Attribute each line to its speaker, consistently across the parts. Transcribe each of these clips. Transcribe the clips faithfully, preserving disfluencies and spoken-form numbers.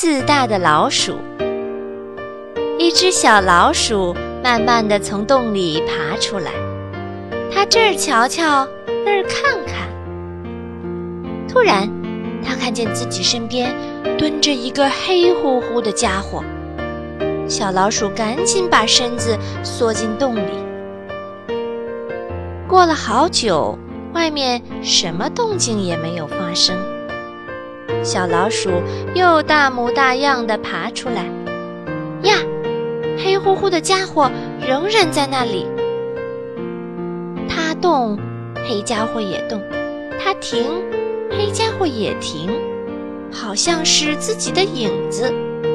Speaker 1: 自大的老鼠。一只小老鼠慢慢地从洞里爬出来，它这儿瞧瞧，那儿看看。突然，它看见自己身边蹲着一个黑乎乎的家伙。小老鼠赶紧把身子缩进洞里。过了好久，外面什么动静也没有发生。小老鼠又大模大样地爬出来。呀，黑乎乎的家伙仍然在那里。它动，黑家伙也动；它停，黑家伙也停，好像是自己的影子。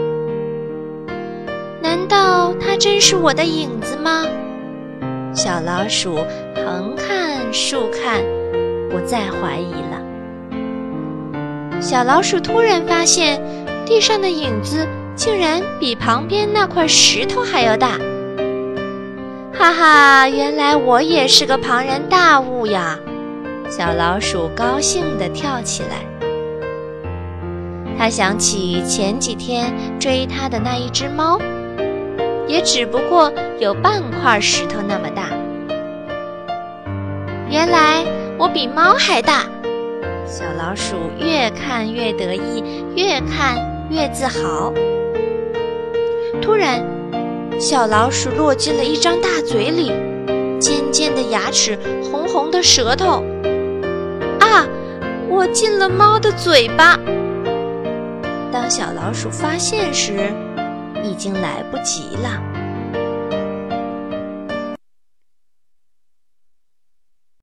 Speaker 1: 难道它真是我的影子吗？小老鼠横看竖看，不再怀疑了。小老鼠突然发现，地上的影子竟然比旁边那块石头还要大。哈哈，原来我也是个庞然大物呀！小老鼠高兴地跳起来。它想起前几天追它的那一只猫，也只不过有半块石头那么大。原来我比猫还大！小老鼠越看越得意，越看越自豪。突然，小老鼠落进了一张大嘴里，尖尖的牙齿，红红的舌头。啊，我进了猫的嘴巴！当小老鼠发现时，已经来不及了。